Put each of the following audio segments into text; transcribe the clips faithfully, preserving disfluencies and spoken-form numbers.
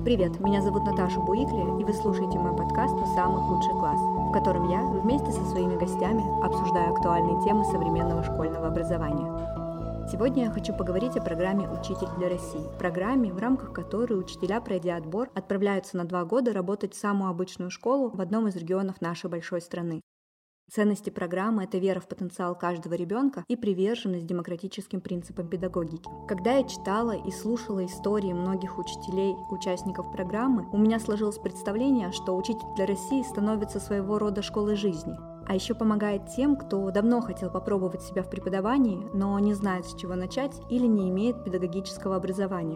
Привет, меня зовут Наташа Буикли, и вы слушаете мой подкаст «У самых лучший класс», в котором я вместе со своими гостями обсуждаю актуальные темы современного школьного образования. Сегодня я хочу поговорить о программе «Учитель для России», программе, в рамках которой учителя, пройдя отбор, отправляются на два года работать в самую обычную школу в одном из регионов нашей большой страны. Ценности программы – это вера в потенциал каждого ребенка и приверженность демократическим принципам педагогики. Когда я читала и слушала истории многих учителей, участников программы, у меня сложилось представление, что «Учитель для России» становится своего рода школой жизни, а еще помогает тем, кто давно хотел попробовать себя в преподавании, но не знает, с чего начать или не имеет педагогического образования.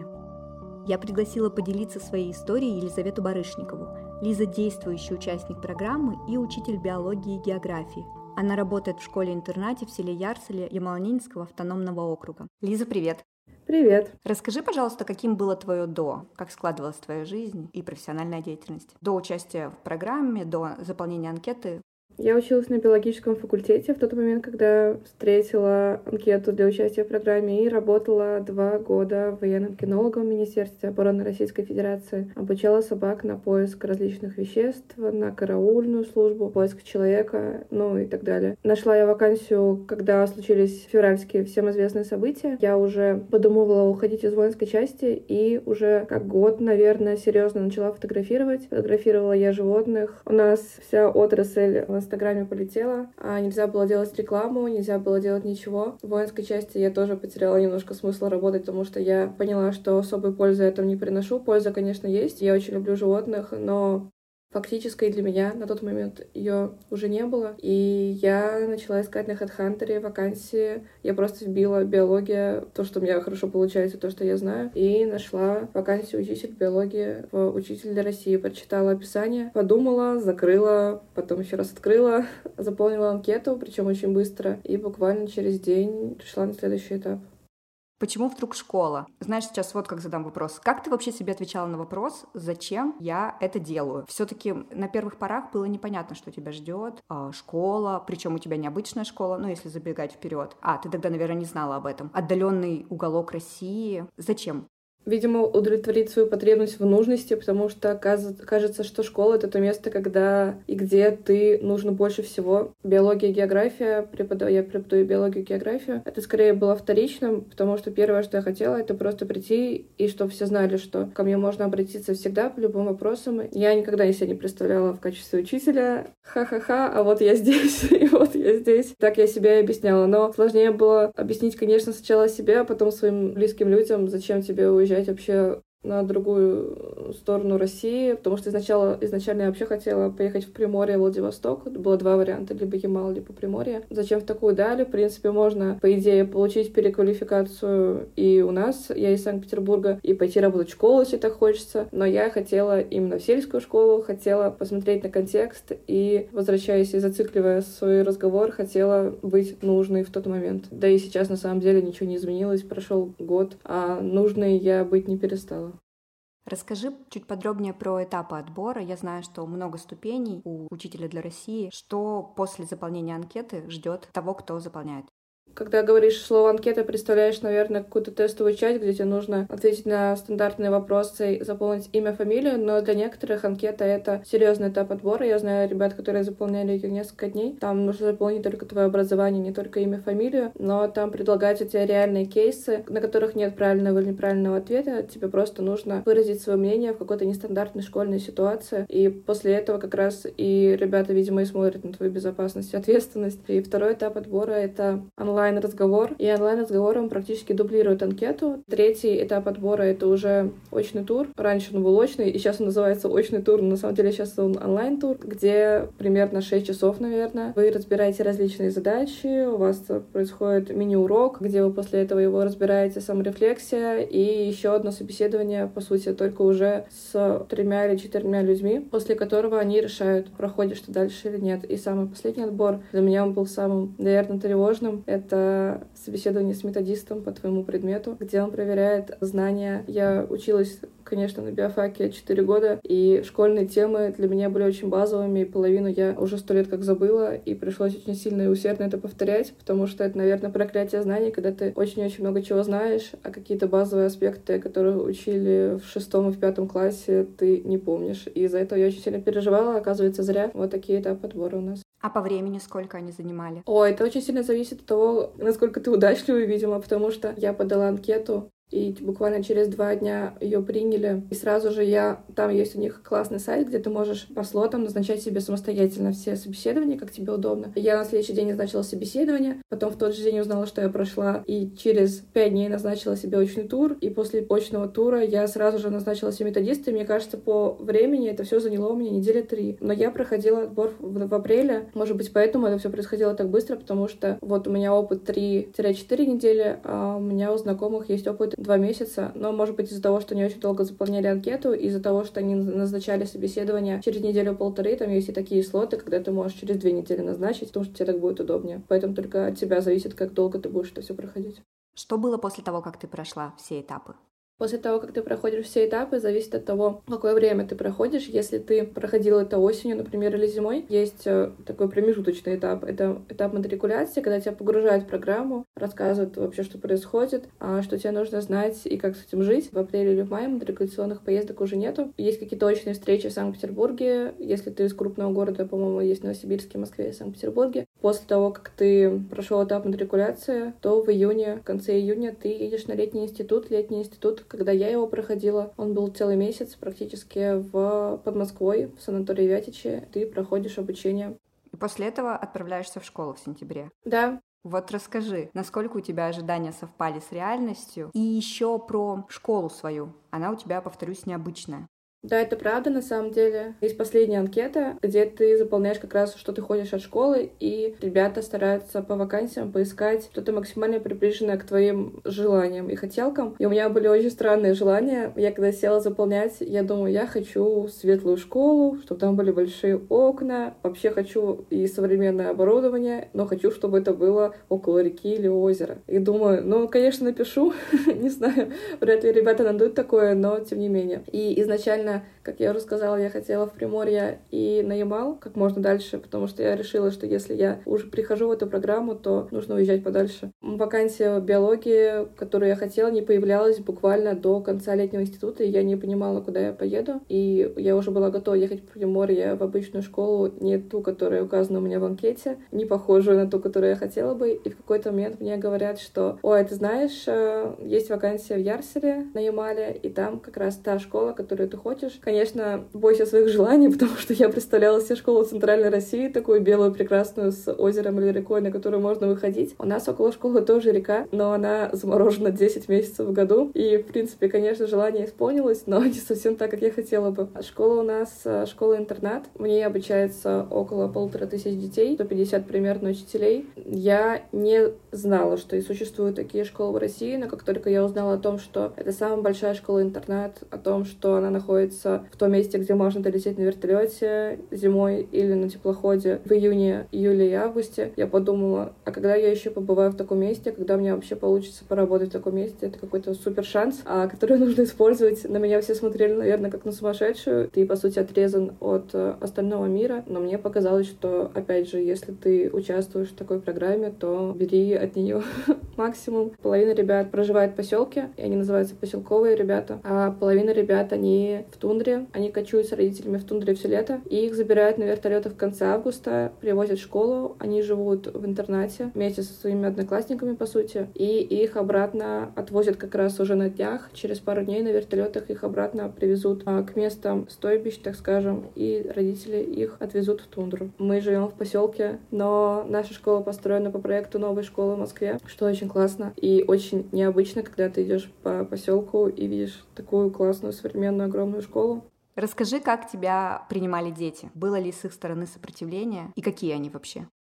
Я пригласила поделиться своей историей Елизавету Барышникову. Лиза – действующий участник программы и учитель биологии и географии. Она работает в школе-интернате в селе Ярцево Ямало-Ненецкого автономного округа. Лиза, привет! Привет! Расскажи, пожалуйста, каким было твое «до», как складывалась твоя жизнь и профессиональная деятельность? До участия в программе, до заполнения анкеты? Я училась на биологическом факультете в тот момент, когда встретила анкету для участия в программе и работала два года военным кинологом в Министерстве обороны Российской Федерации. Обучала собак на поиск различных веществ, на караульную службу, поиск человека, ну и так далее. Нашла я вакансию, когда случились февральские всем известные события. Я уже подумывала уходить из воинской части и уже как год, наверное, серьезно начала фотографировать. Фотографировала я животных. У нас вся отрасль в Инстаграме полетела, а нельзя было делать рекламу, нельзя было делать ничего. В воинской части я тоже потеряла немножко смысла работать, потому что я поняла, что особой пользы этому не приношу. Польза, конечно, есть. Я очень люблю животных, но фактической для меня на тот момент ее уже не было. И я начала искать на HeadHunter вакансии. Я просто вбила биология, то, что у меня хорошо получается, то, что я знаю, и нашла вакансию учитель биологии в «Учитель для России». Прочитала описание, подумала, закрыла, потом еще раз открыла, заполнила анкету, причем очень быстро, и буквально через день пришла на следующий этап. Почему вдруг школа? Знаешь, сейчас вот как задам вопрос. Как ты вообще себе отвечала на вопрос, зачем я это делаю? Все-таки на первых порах было непонятно, что тебя ждет. А, школа, причем у тебя необычная школа, ну, если забегать вперед. А, ты тогда, наверное, не знала об этом. Отдаленный уголок России. Зачем? Видимо, удовлетворить свою потребность в нужности, потому что кажется, что школа — это то место, когда и где ты нужно больше всего. Биология, география, преподаю, я преподаю биологию и географию. Это скорее было вторичным, потому что первое, что я хотела, это просто прийти, и чтобы все знали, что ко мне можно обратиться всегда по любым вопросам. Я никогда себя не представляла в качестве учителя. Ха-ха-ха, а вот я здесь, и вот я здесь. Так я себя и объясняла. Но сложнее было объяснить, конечно, сначала себе, а потом своим близким людям, зачем тебе уезжать вообще на другую сторону России, потому что изначально, изначально я вообще хотела поехать в Приморье, Владивосток. Было два варианта, либо Ямал, либо Приморье. Зачем в такую даль? В принципе, можно, по идее, получить переквалификацию и у нас, я из Санкт-Петербурга, и пойти работать в школу, если так хочется. Но я хотела именно в сельскую школу, хотела посмотреть на контекст и, возвращаясь и зацикливая свой разговор, хотела быть нужной в тот момент. Да и сейчас, на самом деле, ничего не изменилось. Прошел год, а нужной я быть не перестала. Расскажи чуть подробнее про этапы отбора. Я знаю, что много ступеней у «Учителя для России». Что после заполнения анкеты ждет того, кто заполняет? Когда говоришь слово «анкета», представляешь, наверное, какую-то тестовую часть, где тебе нужно ответить на стандартные вопросы, заполнить имя, фамилию, но для некоторых анкета — это серьезный этап отбора. Я знаю ребят, которые заполняли ее несколько дней. Там нужно заполнить только твое образование, не только имя, фамилию, но там предлагаются тебе реальные кейсы, на которых нет правильного или неправильного ответа. Тебе просто нужно выразить свое мнение в какой-то нестандартной школьной ситуации. И после этого как раз и ребята, видимо, и смотрят на твою безопасность и ответственность. И второй этап отбора — это онлайн онлайн-разговор, и онлайн-разговором практически дублирует анкету. Третий этап отбора — это уже очный тур. Раньше он был очный, и сейчас он называется очный тур, но на самом деле сейчас он онлайн-тур, где примерно шесть часов, наверное. Вы разбираете различные задачи, у вас происходит мини-урок, где вы после этого его разбираете, саморефлексия, и еще одно собеседование, по сути, только уже с тремя или четырьмя людьми, после которого они решают, проходишь ты дальше или нет. И самый последний отбор для меня он был самым, наверное, тревожным. Это собеседование с методистом по твоему предмету, где он проверяет знания. Я училась конечно, на биофаке четыре года, и школьные темы для меня были очень базовыми, и половину я уже сто лет как забыла, и пришлось очень сильно и усердно это повторять, потому что это, наверное, проклятие знаний, когда ты очень-очень много чего знаешь, а какие-то базовые аспекты, которые учили в шестом и в пятом классе, ты не помнишь. И из-за этого я очень сильно переживала, оказывается, зря. Вот такие этапы отбора у нас. А по времени сколько они занимали? Ой, это очень сильно зависит от того, насколько ты удачливый, видимо, потому что я подала анкету, и буквально через два дня ее приняли. И сразу же я... Там есть у них классный сайт, где ты можешь по слотам назначать себе самостоятельно все собеседования, как тебе удобно. Я на следующий день назначила собеседование, потом в тот же день узнала, что я прошла, и через пять дней назначила себе очный тур. И после очного тура я сразу же назначила себе методиста, и мне кажется, по времени это все заняло у меня недели три. Но я проходила отбор в, в апреле. Может быть, поэтому это все происходило так быстро, потому что вот у меня опыт три-четыре недели, а у меня у знакомых есть опыт два месяца, но, может быть, из-за того, что они очень долго заполняли анкету, из-за того, что они назначали собеседование через неделю-полторы, там есть и такие слоты, когда ты можешь через две недели назначить, потому что тебе так будет удобнее. Поэтому только от тебя зависит, как долго ты будешь это все проходить. Что было после того, как ты прошла все этапы? После того, как ты проходишь все этапы, зависит от того, какое время ты проходишь. Если ты проходил это осенью, например, или зимой, есть такой промежуточный этап. Это этап матрикуляции, когда тебя погружают в программу, рассказывают вообще, что происходит, что тебе нужно знать и как с этим жить. В апреле или в мае матрикуляционных поездок уже нету. Есть какие-то очные встречи в Санкт-Петербурге. Если ты из крупного города, по-моему, есть в Новосибирске, Москве и Санкт-Петербурге. После того, как ты прошел этап матрикуляции, то в июне, в конце июня ты едешь на летний институт. Летний институт, когда я его проходила, он был целый месяц практически в, под Москвой, в санатории Вятичи. Ты проходишь обучение. И после этого отправляешься в школу в сентябре? Да. Вот расскажи, насколько у тебя ожидания совпали с реальностью? И еще про школу свою. Она у тебя, повторюсь, необычная. Да, это правда, на самом деле. Есть последняя анкета, где ты заполняешь как раз, что ты ходишь от школы, и ребята стараются по вакансиям поискать что-то максимально приближенное к твоим желаниям и хотелкам. И у меня были очень странные желания. Я когда села заполнять, я думаю, я хочу светлую школу, чтобы там были большие окна. Вообще хочу и современное оборудование, но хочу, чтобы это было около реки или озера. И думаю, ну, конечно, напишу. Не знаю, вряд ли ребята найдут такое, но тем не менее. И изначально, как я уже сказала, я хотела в Приморье и на Ямал как можно дальше, потому что я решила, что если я уже прихожу в эту программу, то нужно уезжать подальше. Вакансия биологии, которую я хотела, не появлялась буквально до конца летнего института, и я не понимала, куда я поеду. И я уже была готова ехать в Приморье в обычную школу, не ту, которая указана у меня в анкете, не похожую на ту, которую я хотела бы. И в какой-то момент мне говорят, что «Ой, ты знаешь, есть вакансия в Ярселе на Ямале, и там как раз та школа, которую ты хочешь». Конечно, бойся своих желаний, потому что я представляла себе школу в Центральной России, такую белую, прекрасную, с озером или рекой, на которую можно выходить. У нас около школы тоже река, но она заморожена десять месяцев в году. И, в принципе, конечно, желание исполнилось, но не совсем так, как я хотела бы. Школа у нас школа-интернат. В ней обучается около полутора тысяч детей, сто пятьдесят примерно учителей. Я не знала, что и существуют такие школы в России, но как только я узнала о том, что это самая большая школа-интернат, о том, что она находится в том месте, где можно долететь на вертолете зимой или на теплоходе в июне, июле и августе, я подумала, а когда я еще побываю в таком месте, когда мне вообще получится поработать в таком месте, это какой-то супер шанс, а, который нужно использовать. На меня все смотрели, наверное, как на сумасшедшую. Ты, по сути, отрезан от остального мира, но мне показалось, что, опять же, если ты участвуешь в такой программе, то бери от нее максимум. Половина ребят проживает в поселке, и они называются поселковые ребята, а половина ребят, они в тундре, они кочуют с родителями в тундре все лето, и их забирают на вертолетах в конце августа, привозят в школу, они живут в интернате вместе со своими одноклассниками, по сути, и их обратно отвозят как раз уже на днях, через пару дней на вертолетах их обратно привезут а, к местам стойбищ, так скажем, и родители их отвезут в тундру. Мы живем в поселке, но наша школа построена по проекту новой школы в Москве, что очень классно и очень необычно, когда ты идешь по поселку и видишь такую классную, современную, огромную школу. Расскажи, как тебя принимали дети? Было ли с их стороны сопротивление? И какие они вообще?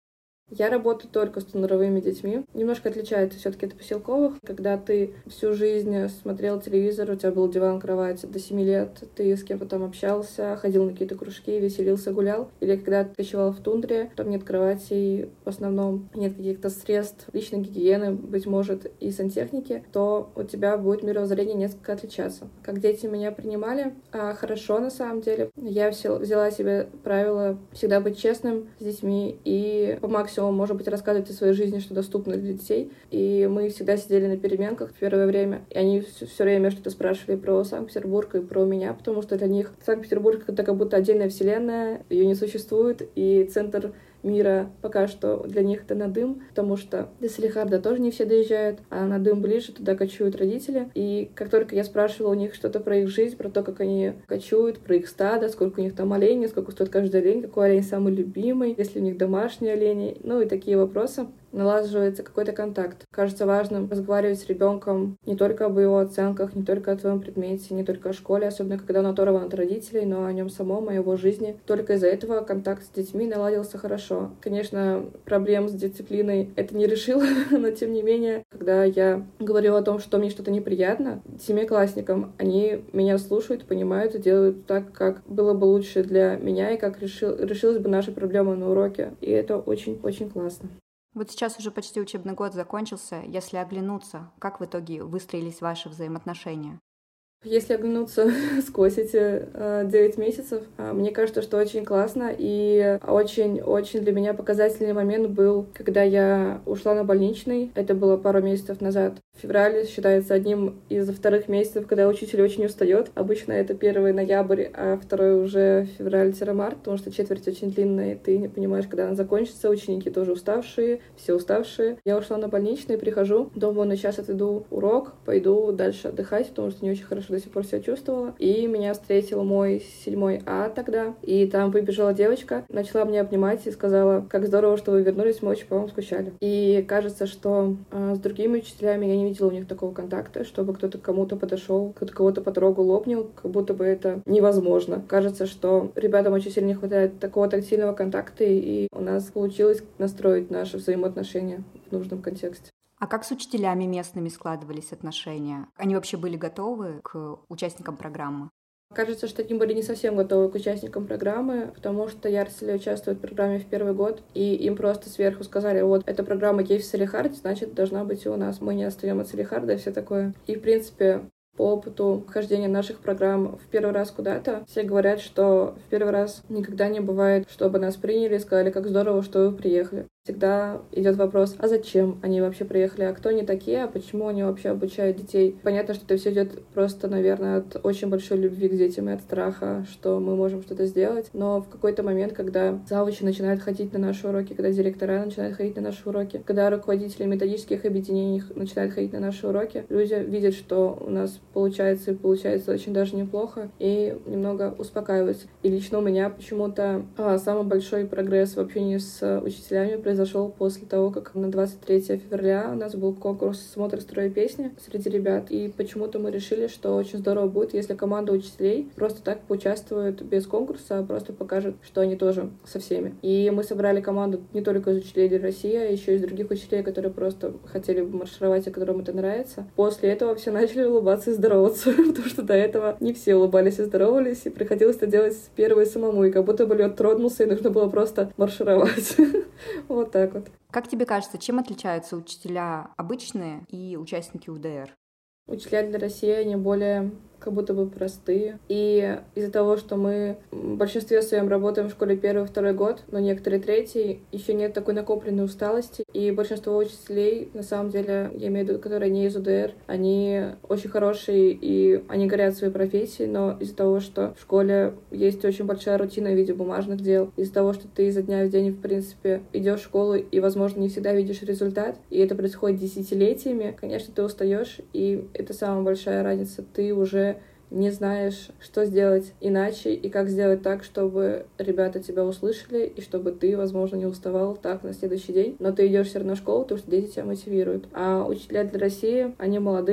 Я работаю только с центровыми детьми. Немножко отличается все-таки от поселковых. Когда ты всю жизнь смотрел телевизор, у тебя был диван, кровать до семи лет, ты с кем-то там общался, ходил на какие-то кружки, веселился, гулял. Или когда ты кочевал в тундре, там нет кроватей, в основном нет каких-то средств личной гигиены, быть может, и сантехники, то у тебя будет мировоззрение несколько отличаться. Как дети меня принимали, а, хорошо на самом деле. Я взяла себе правило всегда быть честным с детьми и по максимуму, может быть, рассказывать о своей жизни, что доступно для детей. И мы всегда сидели на переменках в первое время, и они все, все время что-то спрашивали про Санкт-Петербург и про меня, потому что для них Санкт-Петербург — это как будто отдельная вселенная, ее не существует, и центр мира пока что для них это Надым, потому что до Салехарда тоже не все доезжают, а Надым ближе, туда кочуют родители. И как только я спрашивала у них что-то про их жизнь, про то, как они кочуют, про их стадо, сколько у них там оленей, сколько стоит каждый олень, какой олень самый любимый, если у них домашние олени, ну и такие вопросы, налаживается какой-то контакт. Кажется важным разговаривать с ребенком не только об его оценках, не только о твоем предмете, не только о школе, особенно когда он оторван от родителей, но о нем самом, о его жизни. Только из-за этого контакт с детьми наладился хорошо. Конечно, проблем с дисциплиной это не решило, но тем не менее, когда я говорю о том, что мне что-то неприятно, семиклассникам, они меня слушают, понимают и делают так, как было бы лучше для меня и как решил, решилась бы наша проблема на уроке. И это очень-очень классно. Вот сейчас уже почти учебный год закончился. Если оглянуться, как в итоге выстроились ваши взаимоотношения? Если оглянуться сквозь эти э, девять месяцев, э, мне кажется, что очень классно, и очень-очень для меня показательный момент был, когда я ушла на больничный. Это было пару месяцев назад. Февраль считается одним из вторых месяцев, когда учитель очень устает. Обычно это первый ноябрь, а второй уже февраль-март, потому что четверть очень длинная, и ты не понимаешь, когда она закончится. Ученики тоже уставшие, все уставшие. Я ушла на больничный, прихожу, думаю, ну сейчас отведу урок, пойду дальше отдыхать, потому что не очень хорошо до сих пор себя чувствовала. И меня встретил мой седьмой А тогда. И там выбежала девочка, начала мне обнимать и сказала: как здорово, что вы вернулись, мы очень по вам скучали. И кажется, что э, с другими учителями я не видела у них такого контакта, чтобы кто-то к кому-то подошел, кто-то кого-то потрогал, обнял, как будто бы это невозможно. Кажется, что ребятам очень сильно не хватает такого тактильного контакта, и у нас получилось настроить наши взаимоотношения в нужном контексте. А как с учителями местными складывались отношения? Они вообще были готовы к участникам программы? Кажется, что они были не совсем готовы к участникам программы, потому что ярцели участвуют в программе в первый год, и им просто сверху сказали: вот, эта программа есть в Салехарде, значит, должна быть и у нас. Мы не отстаем от Салехарда и все такое. И, в принципе, по опыту хождения наших программ в первый раз куда-то, все говорят, что в первый раз никогда не бывает, чтобы нас приняли и сказали: как здорово, что вы приехали. Всегда идет вопрос: а зачем они вообще приехали, а кто они такие, а почему они вообще обучают детей. Понятно, что это все идет просто, наверное, от очень большой любви к детям и от страха, что мы можем что-то сделать. Но в какой-то момент, когда завучи начинают ходить на наши уроки, когда директора начинают ходить на наши уроки, когда руководители методических объединений начинают ходить на наши уроки, люди видят, что у нас получается и получается очень даже неплохо, и немного успокаиваются. И лично у меня почему-то а, самый большой прогресс в общении с учителями произошел после того, как на двадцать третьего февраля у нас был конкурс «Смотр, строй, песни» среди ребят. И почему-то мы решили, что очень здорово будет, если команда учителей просто так поучаствует без конкурса, а просто покажет, что они тоже со всеми. И мы собрали команду не только из учителей для России, а еще из других учителей, которые просто хотели бы маршировать, и которым это нравится. После этого все начали улыбаться и здороваться, потому что до этого не все улыбались и здоровались, и приходилось это делать первой самому, и как будто бы лед тронулся, и нужно было просто маршировать. Вот так вот. Как тебе кажется, чем отличаются учителя обычные и участники УДР? Учителя для России, они более как будто бы простые. И из-за того, что мы в большинстве своем работаем в школе первый, второй год, но некоторые третий, еще нет такой накопленной усталости. И большинство учителей, на самом деле, я имею в виду, которые не из УДР, они очень хорошие, и они горят своей профессией, но из-за того, что в школе есть очень большая рутина в виде бумажных дел, из-за того, что ты изо дня в день, в принципе, идешь в школу и, возможно, не всегда видишь результат, и это происходит десятилетиями, конечно, ты устаешь, и это самая большая разница. Ты уже не знаешь, что сделать иначе и как сделать так, чтобы ребята тебя услышали и чтобы ты, возможно, не уставал так на следующий день. Но ты идешь все равно в школу, потому что дети тебя мотивируют. А учителя для России, они молодые,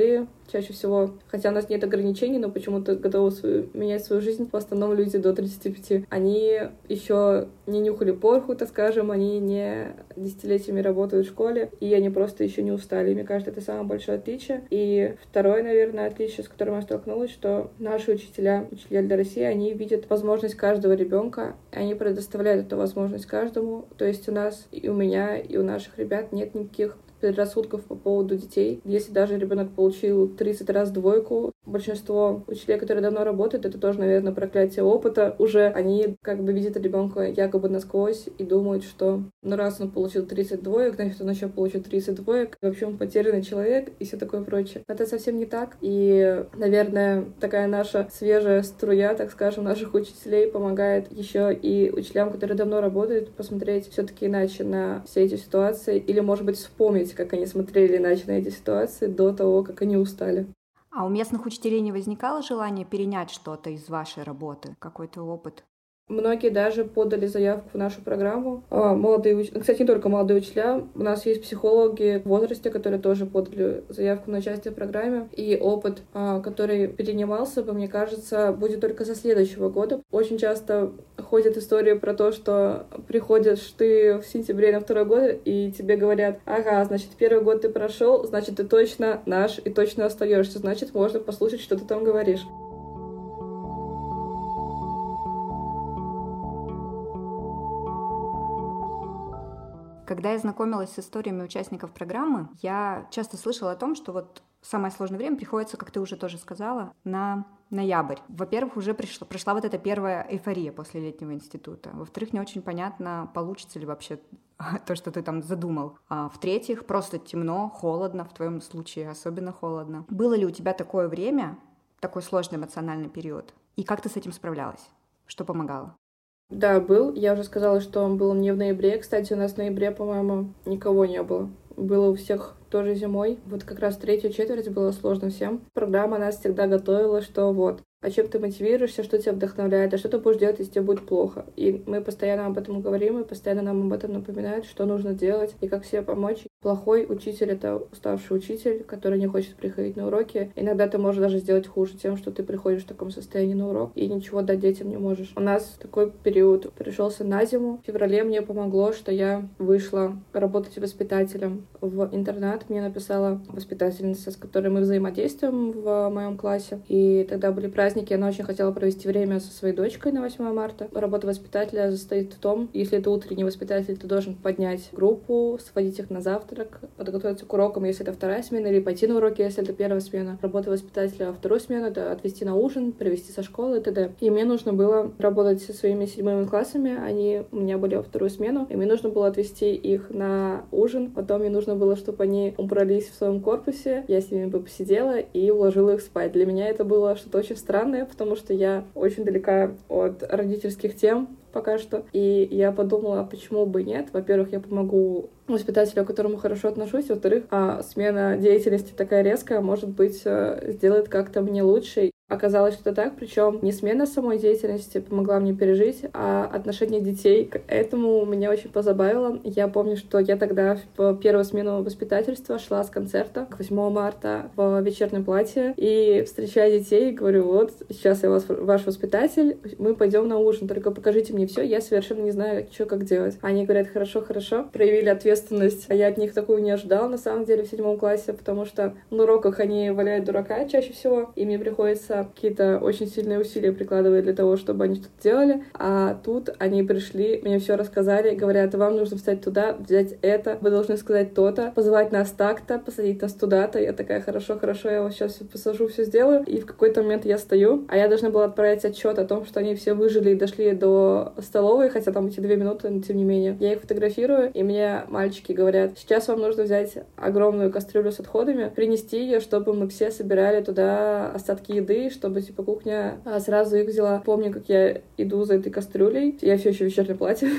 чаще всего, хотя у нас нет ограничений, но почему-то готовы свою, менять свою жизнь, в основном люди до тридцати пяти. Они еще не нюхали пороху, так скажем, они не десятилетиями работают в школе, и они просто еще не устали. И мне кажется, это самое большое отличие. И второе, наверное, отличие, с которым я столкнулась, что наши учителя, учителя для России, они видят возможность каждого ребенка, и они предоставляют эту возможность каждому. То есть у нас, и у меня, и у наших ребят нет никаких предрассудков по поводу детей. Если даже ребенок получил тридцать раз двойку, большинство учителей, которые давно работают, это тоже, наверное, проклятие опыта. Уже они как бы видят ребенка якобы насквозь и думают, что ну раз он получил тридцать двоек, значит он еще получит тридцать двоек. И вообще он потерянный человек и все такое прочее. Это совсем не так. И, наверное, такая наша свежая струя, так скажем, наших учителей помогает еще и учителям, которые давно работают, посмотреть все-таки иначе на все эти ситуации. Или, может быть, вспомнить, как они смотрели иначе на эти ситуации до того, как они устали. А у местных учителей не возникало желания перенять что-то из вашей работы, какой-то опыт? Многие даже подали заявку в нашу программу. Молодые уч... Кстати, не только молодые учителя. У нас есть психологи в возрасте, которые тоже подали заявку на участие в программе. И опыт, который перенимался бы, мне кажется, будет только со следующего года. Очень часто ходят истории про то, что приходишь ты в сентябре на второй год, и тебе говорят: ага, значит, первый год ты прошел, значит, ты точно наш и точно остаешься, значит, можно послушать, что ты там говоришь. Когда я знакомилась с историями участников программы, я часто слышала о том, что вот самое сложное время приходится, как ты уже тоже сказала, на ноябрь. Во-первых, уже пришла, пришла вот эта первая эйфория после летнего института. Во-вторых, не очень понятно, получится ли вообще то, что ты там задумал. А в-третьих, просто темно, холодно, в твоем случае особенно холодно. Было ли у тебя такое время, такой сложный эмоциональный период? И как ты с этим справлялась? Что помогало? Да, был. Я уже сказала, что он был не в ноябре. Кстати, у нас в ноябре, по-моему, никого не было. Было у всех тоже зимой. Вот как раз третью четверть было сложно всем. Программа нас всегда готовила, что вот, а чем ты мотивируешься, что тебя вдохновляет, а что ты будешь делать, если тебе будет плохо. И мы постоянно об этом говорим, и постоянно нам об этом напоминают, что нужно делать и как себе помочь. Плохой учитель — это уставший учитель, который не хочет приходить на уроки. Иногда ты можешь даже сделать хуже тем, что ты приходишь в таком состоянии на урок и ничего дать детям не можешь. У нас такой период пришелся на зиму. В феврале мне помогло, что я вышла работать воспитателем в интернат. Мне написала воспитательница, с которой мы взаимодействуем в моем классе. И тогда были праздники, она очень хотела провести время со своей дочкой на восьмое марта. Работа воспитателя состоит в том, если это утренний воспитатель, ты должен поднять группу, сводить их на завтрак, подготовиться к урокам, если это вторая смена, или пойти на уроки, если это первая смена. Работа воспитателя во вторую смену — это отвезти на ужин, привезти со школы и т.д. И мне нужно было работать со своими седьмыми классами, они у меня были во вторую смену, и мне нужно было отвезти их на ужин, потом мне нужно было, чтобы они убрались в своем корпусе, я с ними бы посидела и уложила их спать. Для меня это было что-то очень странное, потому что я очень далека от родительских тем пока что. И я подумала, почему бы нет. Во-первых, я помогу воспитателю, к которому хорошо отношусь. Во-вторых, а смена деятельности такая резкая, может быть, сделает как-то мне лучше. Оказалось, что так, причем не смена самой деятельности помогла мне пережить, а отношение детей к этому меня очень позабавило. Я помню, что я тогда в первую смену воспитательства шла с концерта к восьмому марта в вечернем платье и, встречая детей, говорю: вот, сейчас я вас, ваш воспитатель, мы пойдем на ужин, только покажите мне все, я совершенно не знаю, что как делать. Они говорят: хорошо, хорошо, проявили ответственность, а я от них такую не ожидала, на самом деле, в седьмом классе, потому что на уроках они валяют дурака чаще всего, и мне приходится какие-то очень сильные усилия прикладывать для того, чтобы они что-то делали. А тут они пришли, мне все рассказали, говорят: вам нужно встать туда, взять это, вы должны сказать то-то, позвать нас так-то, посадить нас туда-то. Я такая: хорошо, хорошо, я вас сейчас посажу, все сделаю. И в какой-то момент я стою, а я должна была отправить отчет о том, что они все выжили и дошли до столовой, хотя там эти две минуты, но тем не менее. Я их фотографирую, и мне мальчики говорят: сейчас вам нужно взять огромную кастрюлю с отходами, принести ее, чтобы мы все собирали туда остатки еды, чтобы, типа, кухня сразу их взяла. Помню, как я иду за этой кастрюлей. Я все еще в вечернем платье.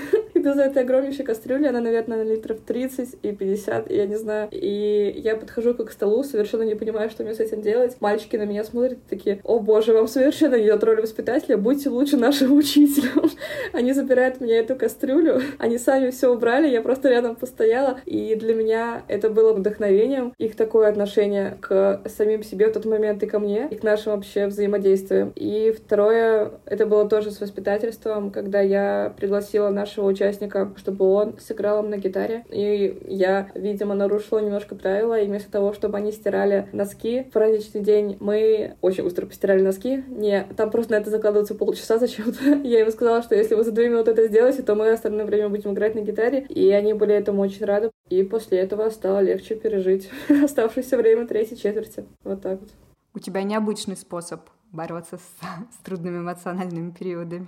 иду за этой огромнейшей кастрюлей, она, наверное, на литров тридцать и пятьдесят, я не знаю. И я подхожу к столу, совершенно не понимаю, что мне с этим делать. Мальчики на меня смотрят такие: о боже, вам совершенно не идет роль воспитателя, будьте лучше нашим учителем. Они забирают у меня эту кастрюлю, они сами все убрали, я просто рядом постояла, и для меня это было вдохновением, их такое отношение к самим себе в тот момент и ко мне, и к нашим вообще взаимодействиям. И второе, это было тоже с воспитательством, когда я пригласила нашего участника, чтобы он сыграл на гитаре, и я, видимо, нарушила немножко правила, и вместо того, чтобы они стирали носки в праздничный день, мы очень быстро постирали носки. Не, там просто на это закладывается полчаса зачем-то. Я им сказала, что если вы за две минуты это сделаете, то мы остальное время будем играть на гитаре, и они были этому очень рады. И после этого стало легче пережить оставшееся время третьей четверти. Вот так вот. У тебя необычный способ бороться с, с трудными эмоциональными периодами.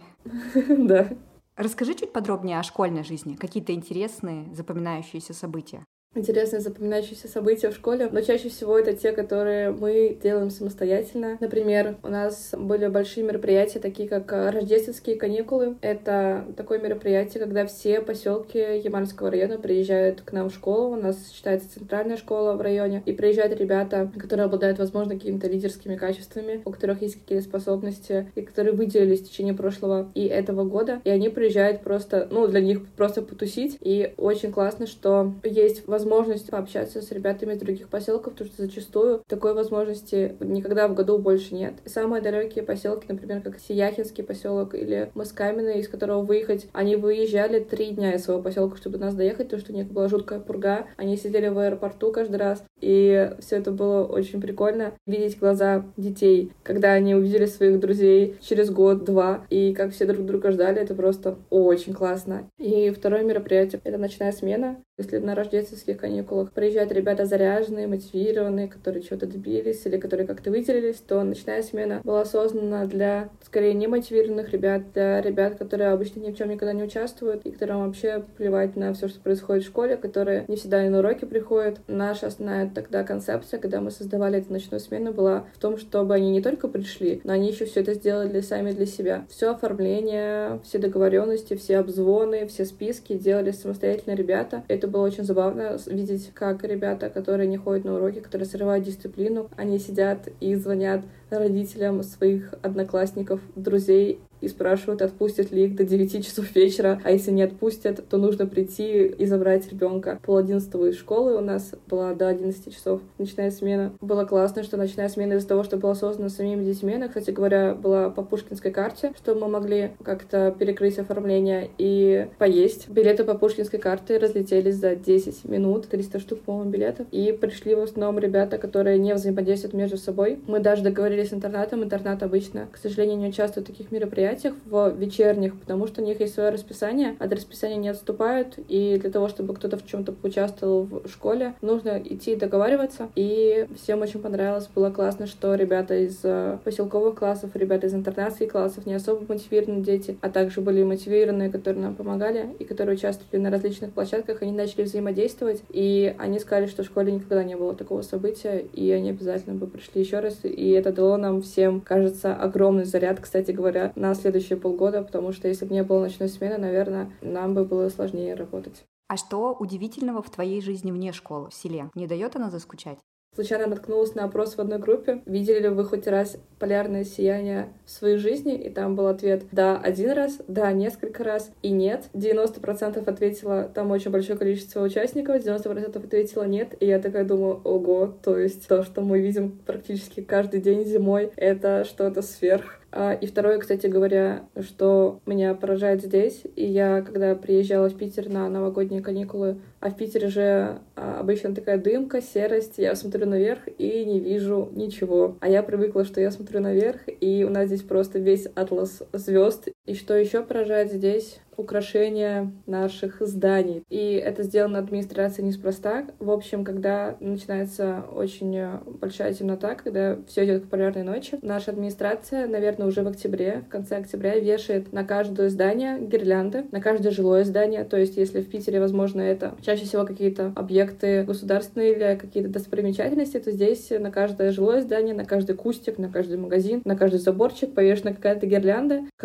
Да. Расскажи чуть подробнее о школьной жизни. Какие-то интересные, запоминающиеся события. Интересные запоминающиеся события в школе, но чаще всего это те, которые мы делаем самостоятельно. Например, у нас были большие мероприятия, такие как рождественские каникулы. Это такое мероприятие, когда все поселки Ямальского района приезжают к нам в школу. У нас считается центральная школа в районе. И приезжают ребята, которые обладают, возможно, какими-то лидерскими качествами, у которых есть какие-то способности, и которые выделились в течение прошлого и этого года. И они приезжают просто, ну, для них просто потусить. И очень классно, что есть возможность возможность пообщаться с ребятами из других поселков, потому что зачастую такой возможности никогда в году больше нет. Самые далекие поселки, например, как Сияхинский поселок или Мыскамино, из которого выехать, они выезжали три дня из своего поселка, чтобы до нас доехать, потому что у них была жуткая пурга. Они сидели в аэропорту каждый раз, и все это было очень прикольно. Видеть глаза детей, когда они увидели своих друзей через год-два, и как все друг друга ждали, это просто очень классно. И второе мероприятие — это ночная смена. Если на рождественских каникулах приезжают ребята заряженные, мотивированные, которые чего-то добились или которые как-то выделились, то ночная смена была создана для, скорее, немотивированных ребят, для ребят, которые обычно ни в чем никогда не участвуют и которым вообще плевать на все, что происходит в школе, которые не всегда и на уроки приходят. Наша основная тогда концепция, когда мы создавали эту ночную смену, была в том, чтобы они не только пришли, но они еще все это сделали сами для себя. Все оформление, все договоренности, все обзвоны, все списки делали самостоятельно ребята. Это было очень забавно видеть, как ребята, которые не ходят на уроки, которые срывают дисциплину, они сидят и звонят родителям своих одноклассников, друзей и спрашивают, отпустят ли их до девяти часов вечера, а если не отпустят, то нужно прийти и забрать ребенка. Пол одиннадцатого из школы у нас была до одиннадцати часов ночная смена. Было классно, что ночная смена из-за того, что была создана самими детьми, она, кстати говоря, была по Пушкинской карте, чтобы мы могли как-то перекрыть оформление и поесть. Билеты по Пушкинской карте разлетелись за десять минут, триста штук, по-моему, билетов, и пришли в основном ребята, которые не взаимодействуют между собой. Мы даже договорились с интернатом, интернат обычно, к сожалению, не участвует в таких мероприятиях, в вечерних, потому что у них есть свое расписание, от расписания не отступают, и для того, чтобы кто-то в чем-то поучаствовал в школе, нужно идти и договариваться. И всем очень понравилось, было классно, что ребята из поселковых классов, ребята из интернатских классов, не особо мотивированные дети, а также были мотивированные, которые нам помогали и которые участвовали на различных площадках, они начали взаимодействовать, и они сказали, что в школе никогда не было такого события, и они обязательно бы пришли еще раз, и это дало нам всем, кажется, огромный заряд, кстати говоря, на следующие полгода, потому что если бы не было ночной смены, наверное, нам бы было сложнее работать. А что удивительного в твоей жизни вне школы, в селе? Не дает она заскучать? Случайно наткнулась на опрос в одной группе. Видели ли вы хоть раз полярное сияние в своей жизни? И там был ответ «да» один раз, «да» несколько раз и «нет». девяносто процентов ответило, там очень большое количество участников, девяносто процентов ответило «нет». И я такая думаю, ого, то есть то, что мы видим практически каждый день зимой, это что-то сверх. И второе, кстати говоря, что меня поражает здесь, и я, когда приезжала в Питер на новогодние каникулы, а в Питере же обычно такая дымка, серость, я смотрю наверх и не вижу ничего. А я привыкла, что я смотрю наверх, и у нас здесь просто весь атлас звезд. И что еще поражает здесь? Украшения наших зданий. И это сделано администрацией неспроста. В общем, когда начинается очень большая темнота, когда все идет к полярной ночи, наша администрация, наверное, уже в октябре, в конце октября, вешает на каждое здание гирлянды, на каждое жилое здание. То есть, если в Питере, возможно, это чаще всего какие-то объекты государственные или какие-то достопримечательности, то здесь на каждое жилое здание, на каждый кустик, на каждый магазин, на каждый заборчик повешена какая-то гирлянда. Как, наверное,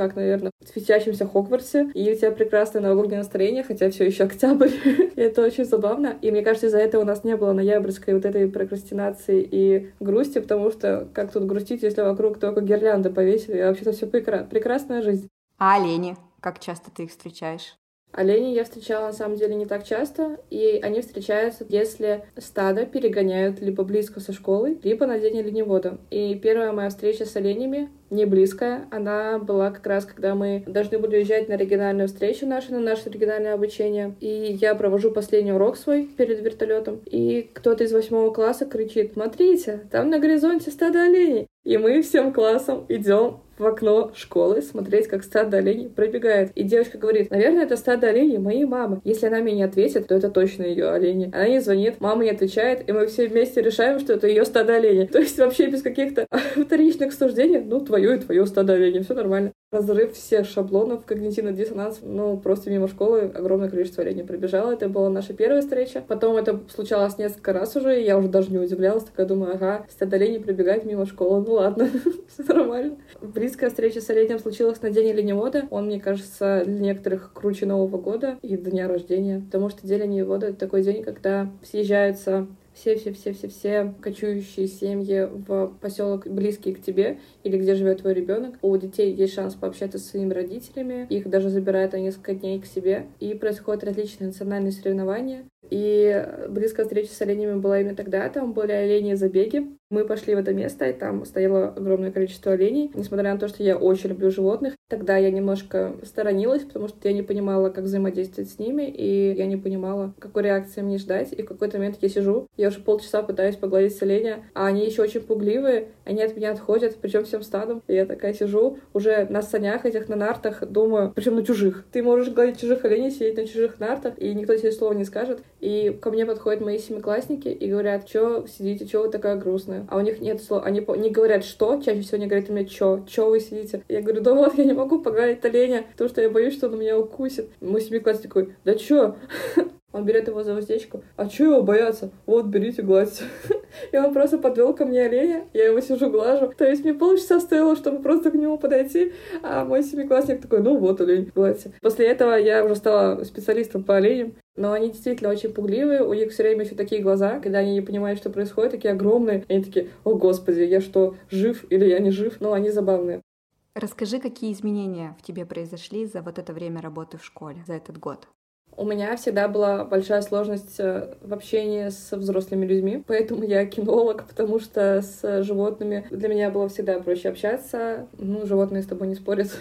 словно в светящемся Хогвартсе, и у тебя прекрасное новогоднее настроение, хотя все еще октябрь. Это очень забавно. И мне кажется, из-за этого у нас не было ноябрьской вот этой прокрастинации и грусти, потому что как тут грустить, если вокруг только гирлянды повесили, и вообще-то все прекра... прекрасная жизнь. А олени? Как часто ты их встречаешь? Оленей я встречала, на самом деле, не так часто, и они встречаются, если стадо перегоняют либо близко со школы, либо на день оленевода. И первая моя встреча с оленями, не близкая, она была как раз, когда мы должны были уезжать на региональную встречу нашу, на наше региональное обучение, и я провожу последний урок свой перед вертолетом, и кто-то из восьмого класса кричит: «Смотрите, там на горизонте стадо оленей!» И мы всем классом идем в окно школы смотреть, как стадо оленей пробегает. И девочка говорит: наверное, это стадо оленей моей мамы. Если она мне не ответит, то это точно ее олени. Она не звонит, мама не отвечает, и мы все вместе решаем, что это ее стадо оленей. То есть вообще без каких-то вторичных суждений, ну, твое и твое стадо оленей, все нормально. Разрыв всех шаблонов, когнитивный диссонанс. Ну, просто мимо школы огромное количество оленей пробежало. Это была наша первая встреча. Потом это случалось несколько раз уже, и я уже даже не удивлялась. Такая думаю: ага, стадо оленей пробегает мимо школы. Ну ладно, все нормально. Близкая встреча с оленем случилась на день оленевода. Он, мне кажется, для некоторых круче Нового года и дня рождения. Потому что день оленевода — это такой день, когда съезжаются все-все-все-все-все кочующие семьи в поселок, близкий к тебе, или где живет твой ребенок. У детей есть шанс пообщаться со своими родителями. Их даже забирают на несколько дней к себе. И происходят различные национальные соревнования. И близкая встреча с оленями была именно тогда. Там были оленьи забеги. Мы пошли в это место, и там стояло огромное количество оленей. Несмотря на то, что я очень люблю животных, тогда я немножко сторонилась, потому что я не понимала, как взаимодействовать с ними, и я не понимала, какой реакции мне ждать. И в какой-то момент я сижу, я уже полчаса пытаюсь погладить оленя, а они еще очень пугливые, они от меня отходят, причем всем стадом. И я такая сижу уже на санях этих, на нартах, думаю, причем на чужих. Ты можешь гладить чужих оленей, сидеть на чужих нартах, и никто тебе слова не скажет. И ко мне подходят мои семиклассники и говорят: чё сидите, чё вы такая грустная? А у них нет слов, они не говорят «что», чаще всего они говорят мне «чё», «чё вы сидите?» Я говорю: да вот, я не могу погладить оленя, потому что я боюсь, что он меня укусит. Мой семиклассник такой: да чё? Он берет его за уздечку. А чё его бояться? Вот, берите, гладьте. И он просто подвел ко мне оленя, я его сижу, глажу. То есть мне полчаса стоило, чтобы просто к нему подойти, а мой семиклассник такой: ну вот, олень, гладьте. После этого я уже стала специалистом по оленям. Но они действительно очень пугливые, у них все время еще такие глаза, когда они не понимают, что происходит, такие огромные. И они такие: о господи, я что, жив или я не жив? Но они забавные. Расскажи, какие изменения в тебе произошли за вот это время работы в школе, за этот год? У меня всегда была большая сложность в общении с взрослыми людьми, поэтому я кинолог, потому что с животными для меня было всегда проще общаться. Ну, животные с тобой не спорят,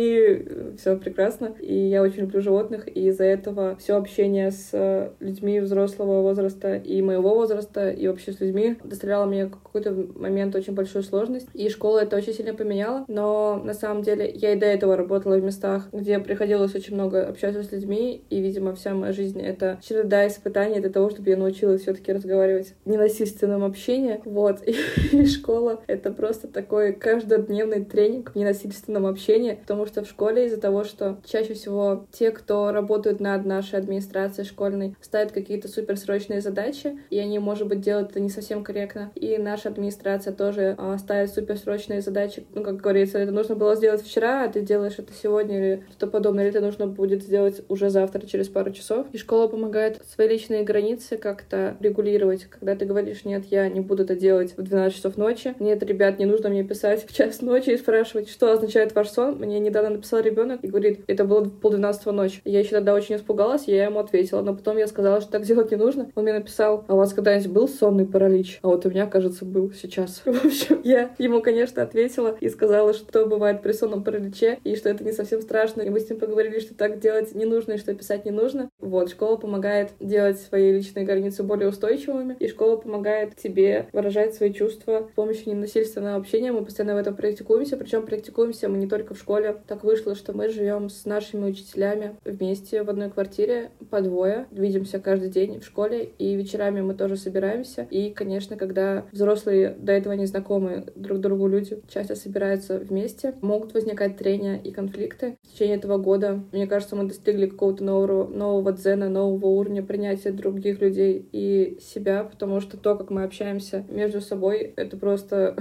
и все прекрасно. И я очень люблю животных, и из-за этого все общение с людьми взрослого возраста и моего возраста, и вообще с людьми доставляло мне в какой-то момент очень большую сложность. И школа это очень сильно поменяла, но на самом деле я и до этого работала в местах, где приходилось очень много общаться с людьми, и, видимо, вся моя жизнь — это череда испытаний для того, чтобы я научилась все-таки разговаривать в ненасильственном общении. Вот. И, и школа — это просто такой каждодневный тренинг в ненасильственном общении, потому что в школе из-за того, что чаще всего те, кто работают над нашей администрацией школьной, ставят какие-то суперсрочные задачи, и они, может быть, делают это не совсем корректно. И наша администрация тоже а, ставит суперсрочные задачи. Ну, как говорится, это нужно было сделать вчера, а ты делаешь это сегодня или что-то подобное, или это нужно будет сделать уже завтра, через пару часов. И школа помогает свои личные границы как-то регулировать. Когда ты говоришь: нет, я не буду это делать в двенадцать часов ночи. Нет, ребят, не нужно мне писать в час ночи и спрашивать, что означает ваш сон. Мне недавно написал ребенок и говорит: это было полдвенадцатого ночи. Я еще тогда очень испугалась, и я ему ответила. Но потом я сказала, что так делать не нужно. Он мне написал: а у вас когда-нибудь был сонный паралич? А вот у меня, кажется, был сейчас. В общем, я ему, конечно, ответила и сказала, что бывает при сонном параличе, и что это не совсем страшно. И мы с ним поговорили, что так делать не нужно, и что писать не нужно. Вот, школа помогает делать свои личные границы более устойчивыми, и школа помогает тебе выражать свои чувства с помощью ненасильственного общения. Мы постоянно в этом практикуемся, причем практикуемся мы не только в школе. Так вышло, что мы живем с нашими учителями вместе в одной квартире по двое, видимся каждый день в школе, и вечерами мы тоже собираемся. И, конечно, когда взрослые, до этого незнакомые друг другу люди часто собираются вместе, могут возникать трения и конфликты. В течение этого года, мне кажется, мы достигли какого-то нового, нового дзена, нового уровня принятия других людей и себя, потому что то, как мы общаемся между собой, это просто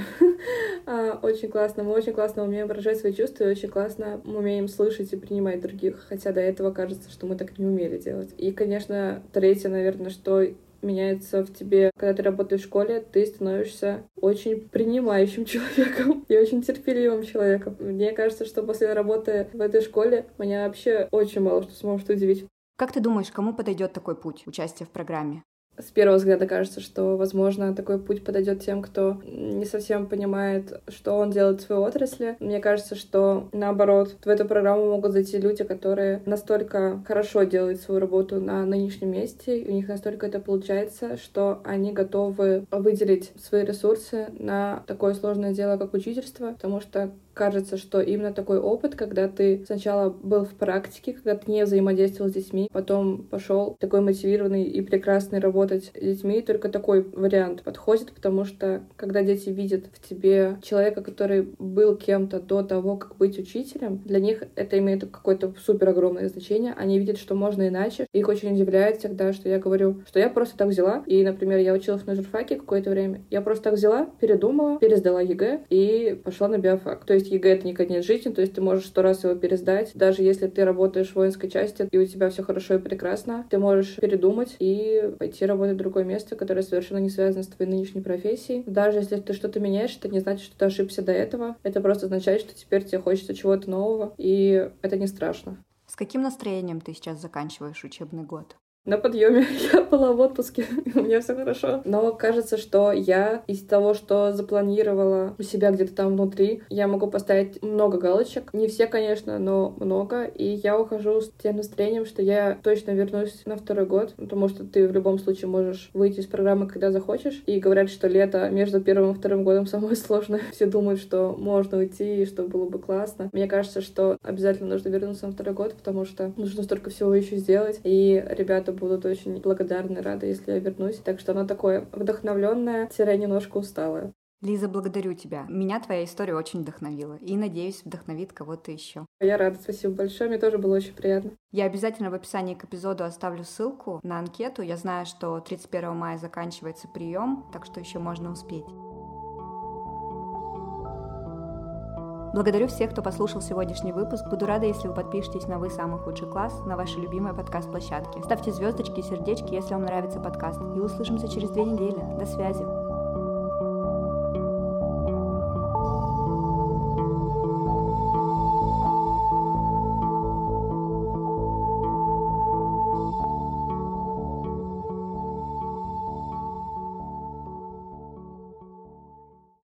очень классно. Мы очень классно умеем выражать свои чувства, и очень классно мы умеем слышать и принимать других, хотя до этого кажется, что мы так не умели делать. И, конечно, третье, наверное, что меняется в тебе, когда ты работаешь в школе, ты становишься очень принимающим человеком и очень терпеливым человеком. Мне кажется, что после работы в этой школе меня вообще очень мало что сможет удивить. Как ты думаешь, кому подойдет такой путь участия в программе? С первого взгляда кажется, что, возможно, такой путь подойдет тем, кто не совсем понимает, что он делает в своей отрасли. Мне кажется, что, наоборот, в эту программу могут зайти люди, которые настолько хорошо делают свою работу на нынешнем месте, и у них настолько это получается, что они готовы выделить свои ресурсы на такое сложное дело, как учительство, потому что кажется, что именно такой опыт, когда ты сначала был в практике, когда ты не взаимодействовал с детьми, потом пошел такой мотивированный и прекрасный работать с детьми, только такой вариант подходит, потому что когда дети видят в тебе человека, который был кем-то до того, как быть учителем, для них это имеет какое-то супер огромное значение. Они видят, что можно иначе. Их очень удивляет всегда, что я говорю, что я просто так взяла. И, например, я училась на журфаке какое-то время. Я просто так взяла, передумала, пересдала ЕГЭ и пошла на биофак. То есть ЕГЭ — это не конец жизни, то есть ты можешь сто раз его пересдать. Даже если ты работаешь в воинской части, и у тебя все хорошо и прекрасно, ты можешь передумать и пойти работать в другое место, которое совершенно не связано с твоей нынешней профессией. Даже если ты что-то меняешь, это не значит, что ты ошибся до этого. Это просто означает, что теперь тебе хочется чего-то нового, и это не страшно. С каким настроением ты сейчас заканчиваешь учебный год? На подъеме. Я была в отпуске, у меня все хорошо. Но кажется, что я из того, что запланировала у себя где-то там внутри, я могу поставить много галочек. Не все, конечно, но много. И я ухожу с тем настроением, что я точно вернусь на второй год, потому что ты в любом случае можешь выйти из программы, когда захочешь. И говорят, что лето между первым и вторым годом самое сложное. Все думают, что можно уйти и что было бы классно. Мне кажется, что обязательно нужно вернуться на второй год, потому что нужно столько всего еще сделать. И ребята будут очень благодарны, рады, если я вернусь. Так что оно такое вдохновленное, немножко усталое. Лиза, благодарю тебя. Меня твоя история очень вдохновила. И, надеюсь, вдохновит кого-то еще. Я рада, спасибо большое. Мне тоже было очень приятно. Я обязательно в описании к эпизоду оставлю ссылку на анкету. Я знаю, что тридцать первого мая заканчивается прием, так что еще можно успеть. Благодарю всех, кто послушал сегодняшний выпуск. Буду рада, если вы подпишетесь на «Вы самый худший класс» на вашей любимой подкаст-площадке. Ставьте звездочки и сердечки, если вам нравится подкаст. И услышимся через две недели. До связи.